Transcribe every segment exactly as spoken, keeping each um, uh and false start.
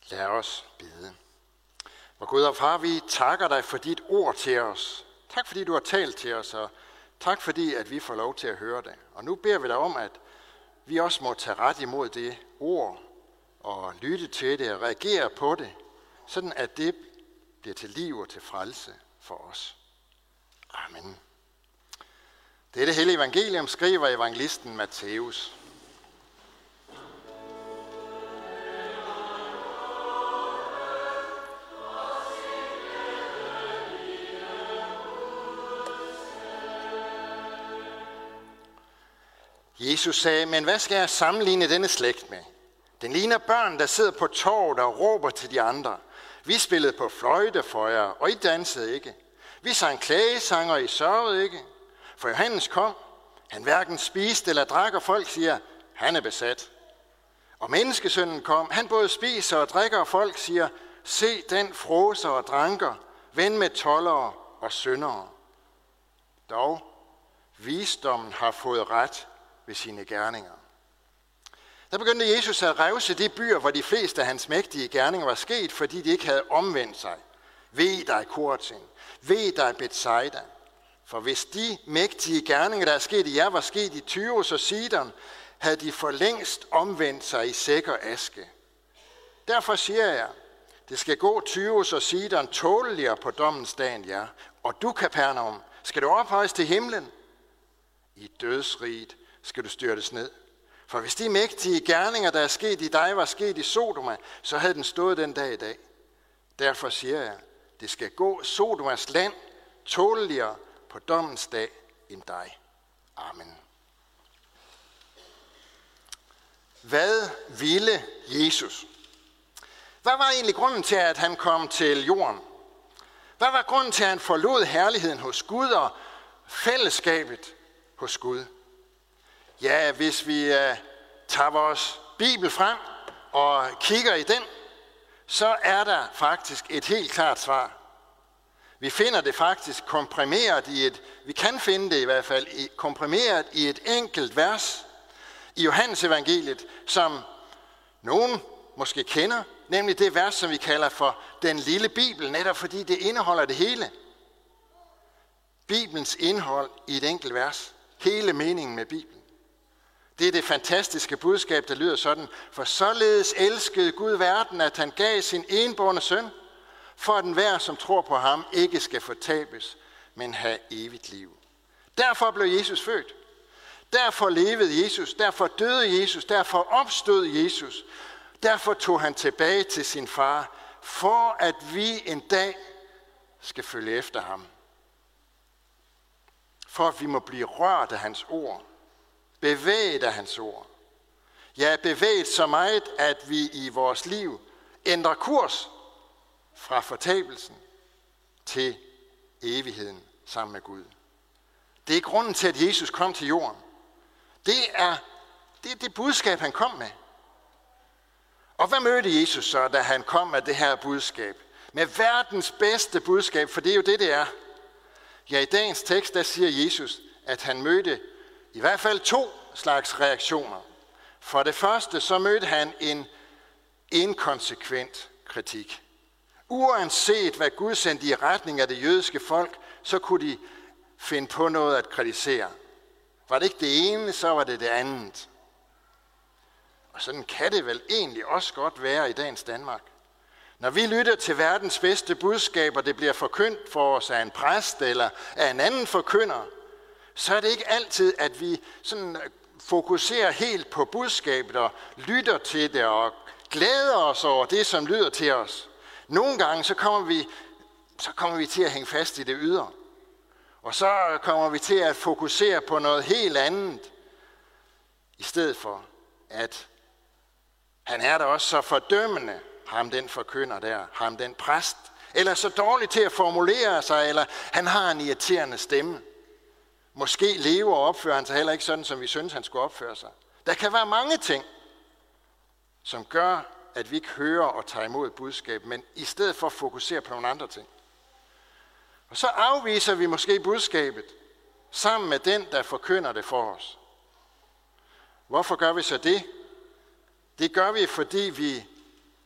Lad os bede. Vor Gud og Far, vi takker dig for dit ord til os. Tak fordi du har talt til os, og tak fordi at vi får lov til at høre det. Og nu beder vi dig om, at vi også må tage ret imod det ord, og lytte til det og reagere på det, sådan at det bliver til liv og til frelse for os. Amen. Dette hellige evangelium skriver evangelisten Matthæus. Jesus sagde, men hvad skal jeg sammenligne denne slægt med? Den ligner børn, der sidder på torvet og råber til de andre. Vi spillede på fløjte for jer, og I dansede ikke. Vi sang klagesanger, og I sørgede ikke. For Johannes kom, han hverken spiste eller drak, og folk siger, han er besat. Og menneskesønnen kom, han både spiser og drikker, og folk siger, se den fråser og dranker, ven med toldere og syndere. Dog, visdommen har fået ret ved sine gerninger. Der begyndte Jesus at revse de byer, hvor de fleste af hans mægtige gerninger var sket, fordi de ikke havde omvendt sig. Ved dig, Korazin. Ved dig, Bethsaida. For hvis de mægtige gerninger, der er sket i jer, var sket i Tyrus og Sidon, havde de for længst omvendt sig i sæk og aske. Derfor siger jeg, det skal gå Tyrus og Sidon tåleligere på dommens dag end jer. Og du, Kapernaum, skal du ophøjes til himlen? I dødsriget skal du styrtes ned. For hvis de mægtige gerninger, der er sket i dig, var sket i Sodoma, så havde den stået den dag i dag. Derfor siger jeg, det skal gå Sodomas land tåleligere på dommens dag end dig. Amen. Hvad ville Jesus? Hvad var egentlig grunden til, at han kom til jorden? Hvad var grunden til, at han forlod herligheden hos Gud og fællesskabet hos Gud? Ja, hvis vi uh, tager vores Bibel frem og kigger i den, så er der faktisk et helt klart svar. Vi finder det faktisk komprimeret i et, vi kan finde det i hvert fald, i, komprimeret i et enkelt vers i Johannes evangeliet, som nogen måske kender, nemlig det vers, som vi kalder for den lille Bibel, netop fordi det indeholder det hele. Bibelens indhold i et enkelt vers. Hele meningen med Bibelen. Det er det fantastiske budskab, der lyder sådan. For således elskede Gud verden, at han gav sin enbårne søn, for at enhver, som tror på ham, ikke skal fortabes, men have evigt liv. Derfor blev Jesus født. Derfor levede Jesus. Derfor døde Jesus. Derfor opstod Jesus. Derfor tog han tilbage til sin far, for at vi en dag skal følge efter ham. For at vi må blive rørt af hans ord. Bevæget af hans ord. Ja, bevæget så meget, at vi i vores liv ændrer kurs fra fortabelsen til evigheden sammen med Gud. Det er grunden til, at Jesus kom til jorden. Det er det, er det budskab, han kom med. Og hvad mødte Jesus så, da han kom med det her budskab? Med verdens bedste budskab, for det er jo det, det er. Ja, i dagens tekst, der siger Jesus, at han mødte i hvert fald to slags reaktioner. For det første, så mødte han en inkonsekvent kritik. Uanset hvad Gud sendte i retning af det jødiske folk, så kunne de finde på noget at kritisere. Var det ikke det ene, så var det det andet. Og sådan kan det vel egentlig også godt være i dagens Danmark. Når vi lytter til verdens bedste budskab, og det bliver forkyndt for os af en præst eller af en anden forkynder, så er det ikke altid, at vi sådan fokuserer helt på budskabet og lytter til det og glæder os over det, som lyder til os. Nogle gange så kommer vi, så kommer vi til at hænge fast i det ydre. Og så kommer vi til at fokusere på noget helt andet, i stedet for at han er der også så fordømmende, ham den forkynder der, ham den præst, eller så dårlig til at formulere sig, eller han har en irriterende stemme. Måske lever og opfører han sig heller ikke sådan, som vi synes, han skulle opføre sig. Der kan være mange ting, som gør, at vi ikke hører og tager imod budskab, men i stedet for at fokusere på nogle andre ting. Og så afviser vi måske budskabet sammen med den, der forkynder det for os. Hvorfor gør vi så det? Det gør vi, fordi vi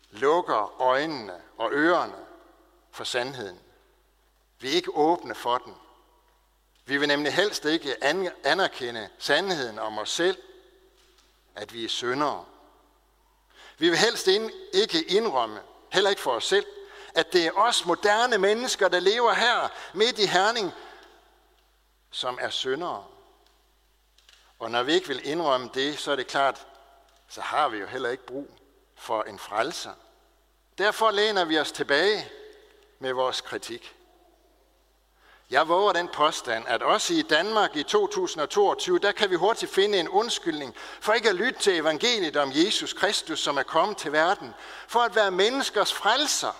lukker øjnene og ørerne for sandheden. Vi er ikke åbne for den. Vi vil nemlig helst ikke anerkende sandheden om os selv, at vi er syndere. Vi vil helst ikke indrømme, heller ikke for os selv, at det er os moderne mennesker, der lever her midt i Herning, som er syndere. Og når vi ikke vil indrømme det, så er det klart, så har vi jo heller ikke brug for en frelser. Derfor læner vi os tilbage med vores kritik. Jeg våger den påstand, at også i Danmark i to tusind og toogtyve, der kan vi hurtigt finde en undskyldning for ikke at lytte til evangeliet om Jesus Kristus, som er kommet til verden, for at være menneskers frelser.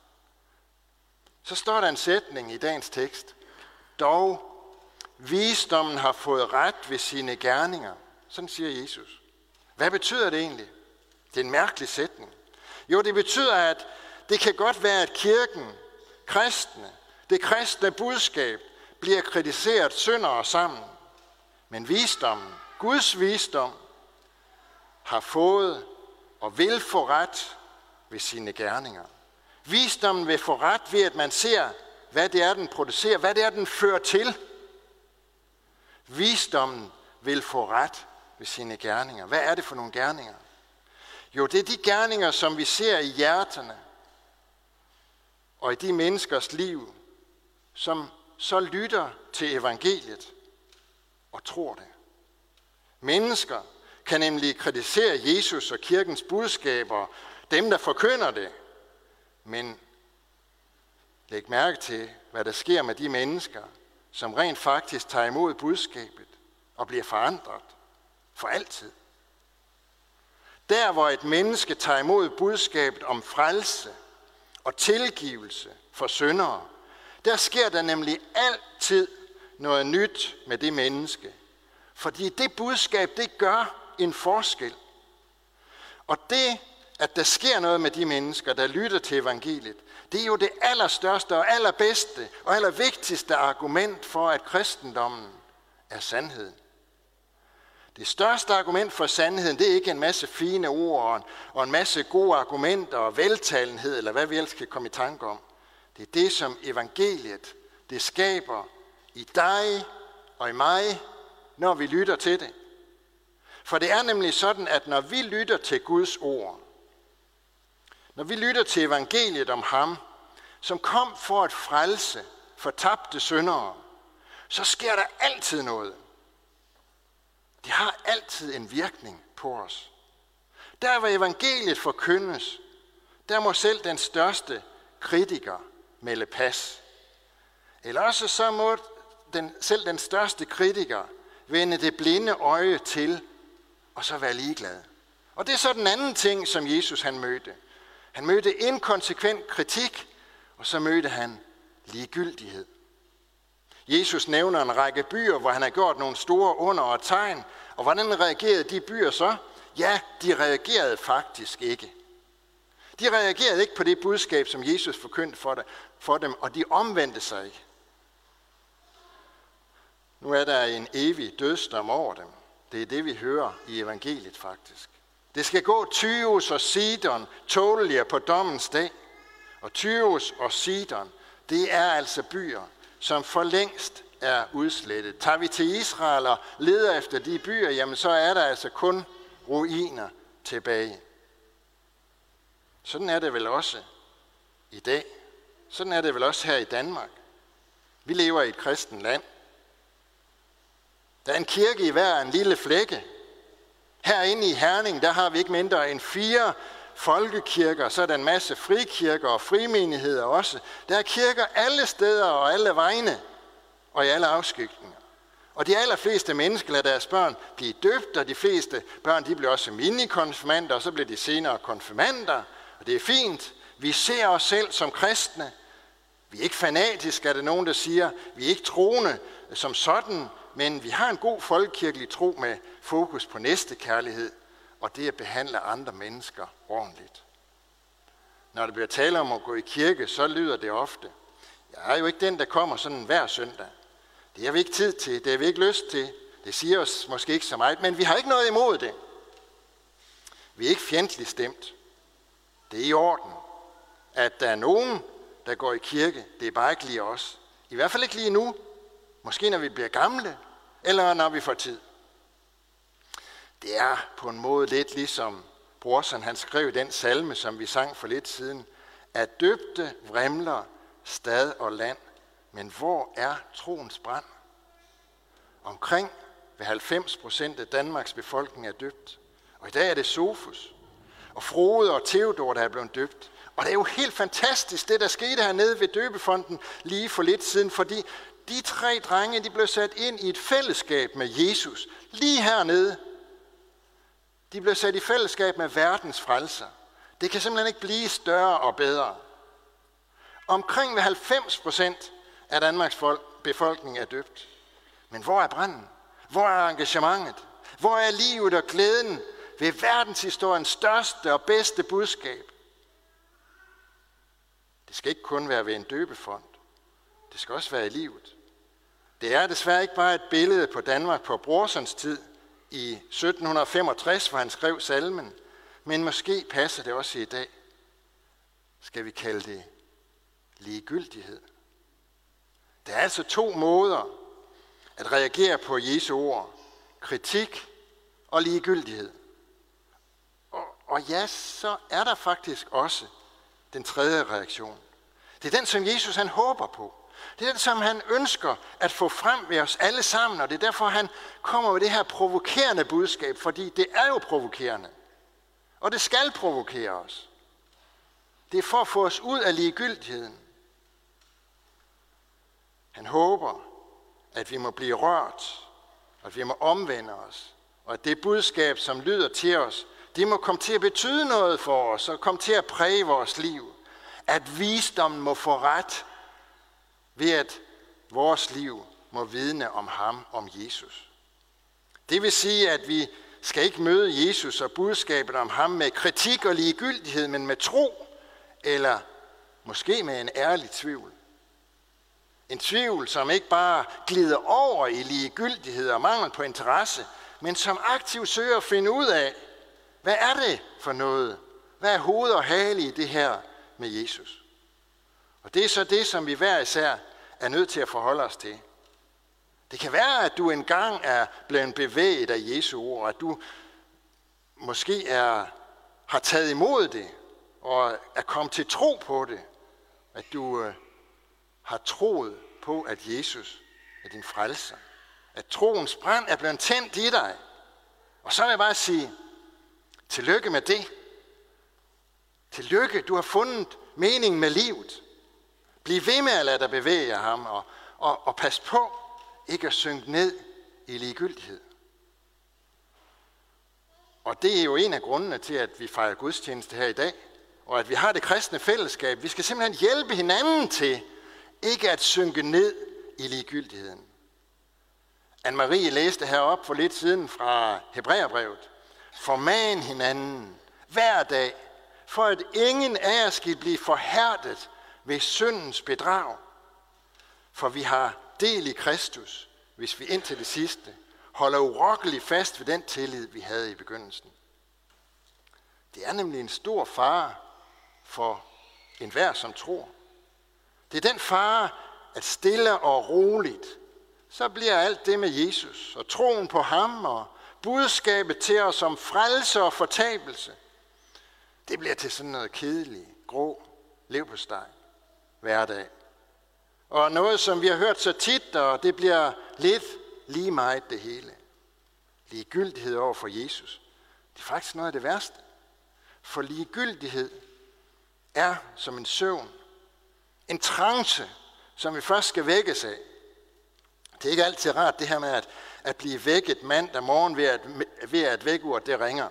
Så står der en sætning i dagens tekst. Dog, visdommen har fået ret ved sine gerninger. Sådan siger Jesus. Hvad betyder det egentlig? Det er en mærkelig sætning. Jo, det betyder, at det kan godt være, at kirken, kristne, det kristne budskab bliver kritiseret syndere sammen. Men visdommen, Guds visdom, har fået og vil få ret ved sine gerninger. Visdommen vil få ret ved, at man ser, hvad det er, den producerer, hvad det er, den fører til. Visdommen vil få ret ved sine gerninger. Hvad er det for nogle gerninger? Jo, det er de gerninger, som vi ser i hjerterne og i de menneskers liv, som så lytter til evangeliet og tror det. Mennesker kan nemlig kritisere Jesus og kirkens budskaber, dem der forkynder det, men læg mærke til, hvad der sker med de mennesker, som rent faktisk tager imod budskabet og bliver forandret for altid. Der, hvor et menneske tager imod budskabet om frelse og tilgivelse for syndere, der sker der nemlig altid noget nyt med det menneske. Fordi det budskab, det gør en forskel. Og det, at der sker noget med de mennesker, der lytter til evangeliet, det er jo det allerstørste og allerbedste og allervigtigste argument for, at kristendommen er sandheden. Det største argument for sandheden, det er ikke en masse fine ord og en masse gode argumenter og veltalenhed, eller hvad vi ellers kan komme i tanke om. Det er det, som evangeliet, det skaber i dig og i mig, når vi lytter til det. For det er nemlig sådan, at når vi lytter til Guds ord, når vi lytter til evangeliet om ham, som kom for at frelse fortabte syndere, så sker der altid noget. Det har altid en virkning på os. Der hvor evangeliet forkyndes, der må selv den største kritiker melde pas. Eller også så må den, selv den største kritiker vende det blinde øje til, og så være ligeglad. Og det er så den anden ting, som Jesus han mødte. Han mødte inkonsekvent kritik, og så mødte han ligegyldighed. Jesus nævner en række byer, hvor han har gjort nogle store under og tegn, og hvordan reagerede de byer så? Ja, de reagerede faktisk ikke. De reagerede ikke på det budskab, som Jesus forkyndte for, det, for dem, og de omvendte sig ikke. Nu er der en evig dødsdom over dem. Det er det, vi hører i evangeliet faktisk. Det skal gå Tyros og Sidon tåleligere på dommens dag. Og Tyros og Sidon, det er altså byer, som for længst er udslettet. Tager vi til Israel og leder efter de byer, jamen så er der altså kun ruiner tilbage. Sådan er det vel også i dag. Sådan er det vel også her i Danmark. Vi lever i et kristent land. Der er en kirke i hver en lille flække. Herinde i Herning, der har vi ikke mindre end fire folkekirker, så er der en masse frikirker og frimenigheder også. Der er kirker alle steder og alle vegne og i alle afskygninger. Og de allerfleste mennesker lader deres børn blive døbt, og de fleste børn de bliver også minikonfirmander, og så bliver de senere konfirmander. Og det er fint. Vi ser os selv som kristne. Vi er ikke fanatiske, er det nogen, der siger. Vi er ikke troende som sådan, men vi har en god folkekirkelig tro med fokus på næstekærlighed, og det at behandle andre mennesker ordentligt. Når der bliver tale om at gå i kirke, så lyder det ofte. Jeg er jo ikke den, der kommer sådan hver søndag. Det har vi ikke tid til, det har vi ikke lyst til. Det siger os måske ikke så meget, men vi har ikke noget imod det. Vi er ikke fjendtligt stemt. Det er i orden, at der er nogen, der går i kirke. Det er bare ikke lige os. I hvert fald ikke lige nu. Måske når vi bliver gamle, eller når vi får tid. Det er på en måde lidt ligesom Brorson, han skrev den salme, som vi sang for lidt siden, at døbte vrimler stad og land, men hvor er troens brand? Omkring ved halvfems procent af Danmarks befolkning er døbt. Og i dag er det Sofus og Frode og Theodor, der er blevet døbt. Og det er jo helt fantastisk, det der skete hernede ved døbefonden lige for lidt siden, fordi de tre drenge, de blev sat ind i et fællesskab med Jesus, lige hernede. De blev sat i fællesskab med verdens frelser. Det kan simpelthen ikke blive større og bedre. Omkring ved halvfems procent af Danmarks befolkning er døbt. Men hvor er branden? Hvor er engagementet? Hvor er livet og glæden ved verdenshistoriens største og bedste budskab? Det skal ikke kun være ved en døbefond. Det skal også være i livet. Det er desværre ikke bare et billede på Danmark på Brorsons tid i sytten femogtres, hvor han skrev salmen, men måske passer det også i dag. Skal vi kalde det ligegyldighed? Der er altså to måder at reagere på Jesu ord. Kritik og ligegyldighed. Og, og ja, så er der faktisk også den tredje reaktion. Det er den, som Jesus han håber på. Det er den, som han ønsker at få frem ved os alle sammen, og det er derfor, han kommer med det her provokerende budskab, fordi det er jo provokerende. Og det skal provokere os. Det er for at få os ud af ligegyldigheden. Han håber, at vi må blive rørt, at vi må omvende os, og at det budskab, som lyder til os, det må komme til at betyde noget for os, og komme til at præge vores liv. At visdommen må få ret, ved at vores liv må vidne om ham, om Jesus. Det vil sige, at vi skal ikke møde Jesus og budskabet om ham med kritik og ligegyldighed, men med tro, eller måske med en ærlig tvivl. En tvivl, som ikke bare glider over i ligegyldighed og mangel på interesse, men som aktivt søger at finde ud af, hvad er det for noget? Hvad er hoved og hale i det her med Jesus? Og det er så det, som vi hver især er nødt til at forholde os til. Det kan være, at du engang er blevet bevæget af Jesu ord, at du måske er, har taget imod det, og er kommet til tro på det. At du øh, har troet på, at Jesus er din frelser. At troens brand er blevet tændt i dig. Og så vil jeg bare sige, tillykke med det. Tillykke, du har fundet meningen med livet. Bliv ved med at lade dig bevæge ham, og, og, og pas på ikke at synke ned i ligegyldighed. Og det er jo en af grundene til, at vi fejrer gudstjeneste her i dag, og at vi har det kristne fællesskab. Vi skal simpelthen hjælpe hinanden til ikke at synke ned i ligegyldigheden. Anne-Marie læste herop for lidt siden fra Hebræerbrevet. Forman hinanden hver dag, for at ingen af jer skal blive forhærdet ved syndens bedrag. For vi har del i Kristus, hvis vi indtil det sidste holder urokkeligt fast ved den tillid, vi havde i begyndelsen. Det er nemlig en stor fare for enhver, som tror. Det er den fare, at stille og roligt, så bliver alt det med Jesus og troen på ham og budskabet til os om frelse og fortabelse, det bliver til sådan noget kedeligt, grå leverpostej hverdag. Og noget, som vi har hørt så tit, og det bliver lidt lige meget det hele. Ligegyldighed over for Jesus. Det er faktisk noget af det værste. For ligegyldighed er som en søvn. En trance, som vi først skal vækkes af. Det er ikke altid rart det her med at, at blive vækket mandag morgen ved at, ved at vækkeuret det ringer.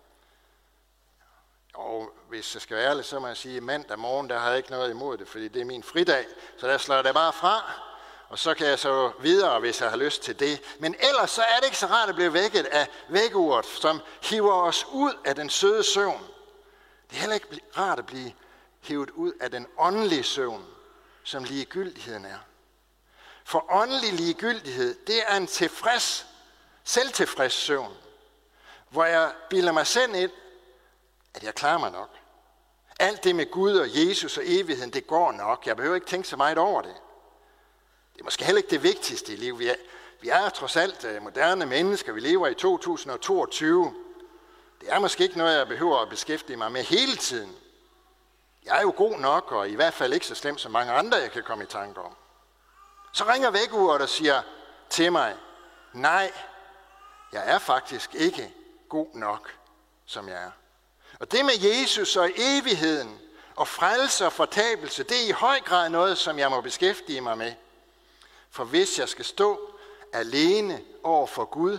Og hvis jeg skal være ærlig, så må jeg sige, at mandag morgen, der har jeg ikke noget imod det, fordi det er min fridag. Så der slår jeg det bare fra, og så kan jeg så videre, hvis jeg har lyst til det. Men ellers så er det ikke så rart at blive vækket af vækkeuret, som hiver os ud af den søde søvn. Det er heller ikke rart at blive hivet ud af den åndelige søvn, som ligegyldigheden er. For åndelig ligegyldighed, det er en tilfreds, selvtilfreds søvn, hvor jeg bilder mig selv ind, at jeg klarer mig nok. Alt det med Gud og Jesus og evigheden, det går nok. Jeg behøver ikke tænke så meget over det. Det er måske heller ikke det vigtigste i livet. Vi er, vi er trods alt moderne mennesker. Vi lever i to tusind og toogtyve. Det er måske ikke noget, jeg behøver at beskæftige mig med hele tiden. Jeg er jo god nok, og i hvert fald ikke så slem som mange andre, jeg kan komme i tanke om. Så ringer vækkeuret og siger til mig, nej, jeg er faktisk ikke god nok, som jeg er. Og det med Jesus og evigheden og frelse og fortabelse, det er i høj grad noget, som jeg må beskæftige mig med. For hvis jeg skal stå alene over for Gud,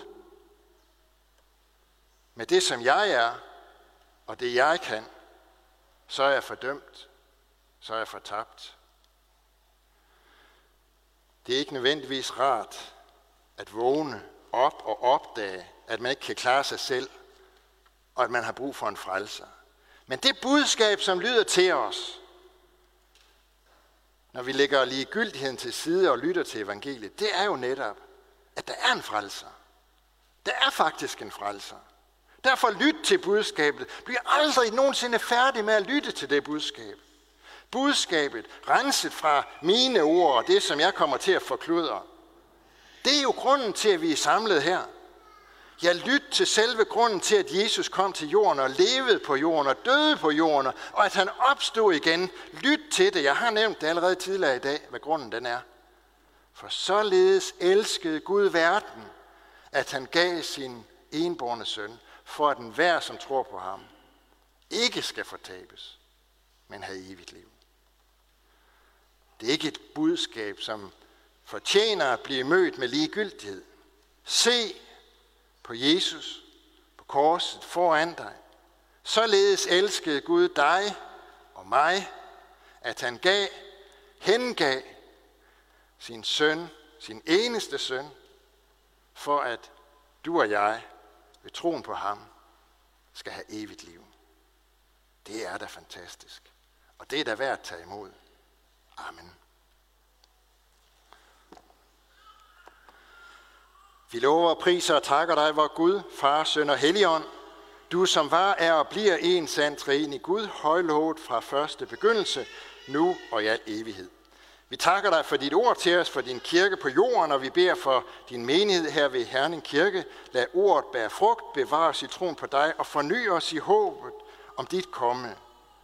med det, som jeg er, og det jeg kan, så er jeg fordømt, så er jeg fortabt. Det er ikke nødvendigvis rart at vågne op og opdage, at man ikke kan klare sig selv, og at man har brug for en frelser. Men det budskab, som lyder til os, når vi lægger ligegyldigheden til side og lytter til evangeliet, det er jo netop, at der er en frelser. Der er faktisk en frelser. Derfor lyt til budskabet. Bliv aldrig nogensinde færdig med at lytte til det budskab. Budskabet, renset fra mine ord og det, som jeg kommer til at forkludre. Det er jo grunden til, at vi er samlet her. Jeg lyt til selve grunden til, at Jesus kom til jorden og levede på jorden og døde på jorden, og at han opstod igen. Lyt til det. Jeg har nævnt det allerede tidligere i dag, hvad grunden den er. For således elskede Gud verden, at han gav sin enbårne søn, for at enhver, som tror på ham, ikke skal fortabes, men have evigt liv. Det er ikke et budskab, som fortjener at blive mødt med ligegyldighed. Se på Jesus, på korset foran dig. Således elskede Gud dig og mig, at han gav, hengav sin søn, sin eneste søn, for at du og jeg ved troen på ham skal have evigt liv. Det er da fantastisk. Og det er da værd at tage imod. Amen. Vi lover og priser og takker dig, vor Gud, Far, Søn og Helligånd. Du som var, er og bliver en sand treenig Gud, højlovet fra første begyndelse, nu og i al evighed. Vi takker dig for dit ord til os, for din kirke på jorden, og vi beder for din menighed her ved Herning Kirke. Lad ordet bære frugt, bevare os i troen på dig og forny os i håbet om dit komme.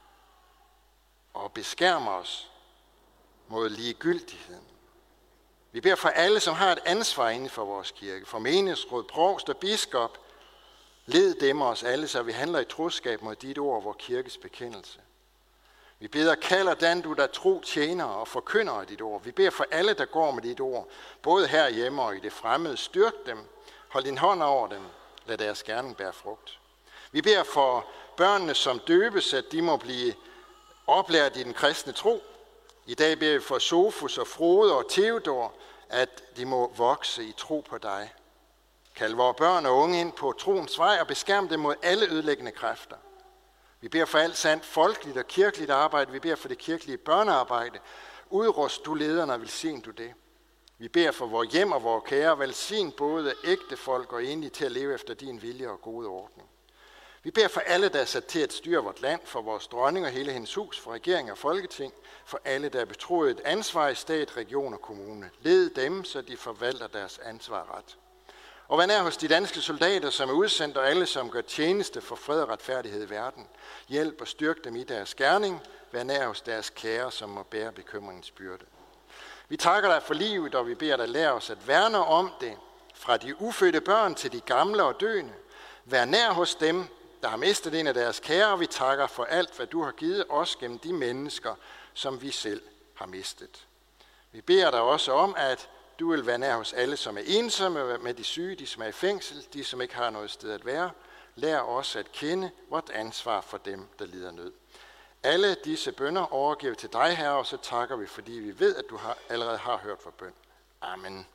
Og beskærm os mod ligegyldigheden. Vi beder for alle, som har et ansvar inden for vores kirke, for menighedsråd, provst og biskop. Led dem og os alle, så vi handler i troskab mod dit ord og vor kirkes bekendelse. Vi beder, kalder den du, der tro tjener og forkynder af dit ord. Vi beder for alle, der går med dit ord, både herhjemme og i det fremmede. Styrk dem, hold din hånd over dem, lad deres gerning bære frugt. Vi beder for børnene, som døbes, at de må blive oplært i den kristne tro. I dag beder vi for Sofus og Frode og Theodor, at de må vokse i tro på dig. Kald vores børn og unge ind på troens vej og beskærm dem mod alle ødelæggende kræfter. Vi beder for alt sandt folkeligt og kirkeligt arbejde. Vi beder for det kirkelige børnearbejde. Udrust du lederne og velsign du det. Vi beder for vores hjem og vores kære. Velsign både ægte folk og enlige til at leve efter din vilje og gode ordning. Vi beder for alle, der er sat til at styre vort land, for vores dronning og hele hendes hus, for regering og folketing, for alle, der er betroet et ansvar i stat, region og kommune. Led dem, så de forvalter deres ansvar ret. Og vær nær hos de danske soldater, som er udsendt, og alle, som gør tjeneste for fred og retfærdighed i verden. Hjælp og styrk dem i deres gerning. Vær nær hos deres kære, som må bære bekymringens byrde. Vi takker dig for livet, og vi beder dig lære os at værne om det, fra de ufødte børn til de gamle og døende. Vær nær hos dem, der har mistet en af deres kære, og vi takker for alt, hvad du har givet os gennem de mennesker, som vi selv har mistet. Vi beder dig også om, at du vil være nær hos alle, som er ensomme, med de syge, de som er i fængsel, de som ikke har noget sted at være. Lær os at kende vort ansvar for dem, der lider nød. Alle disse bønner overgiver til dig, Herre, og så takker vi, fordi vi ved, at du har, allerede har hørt vor bøn. Amen.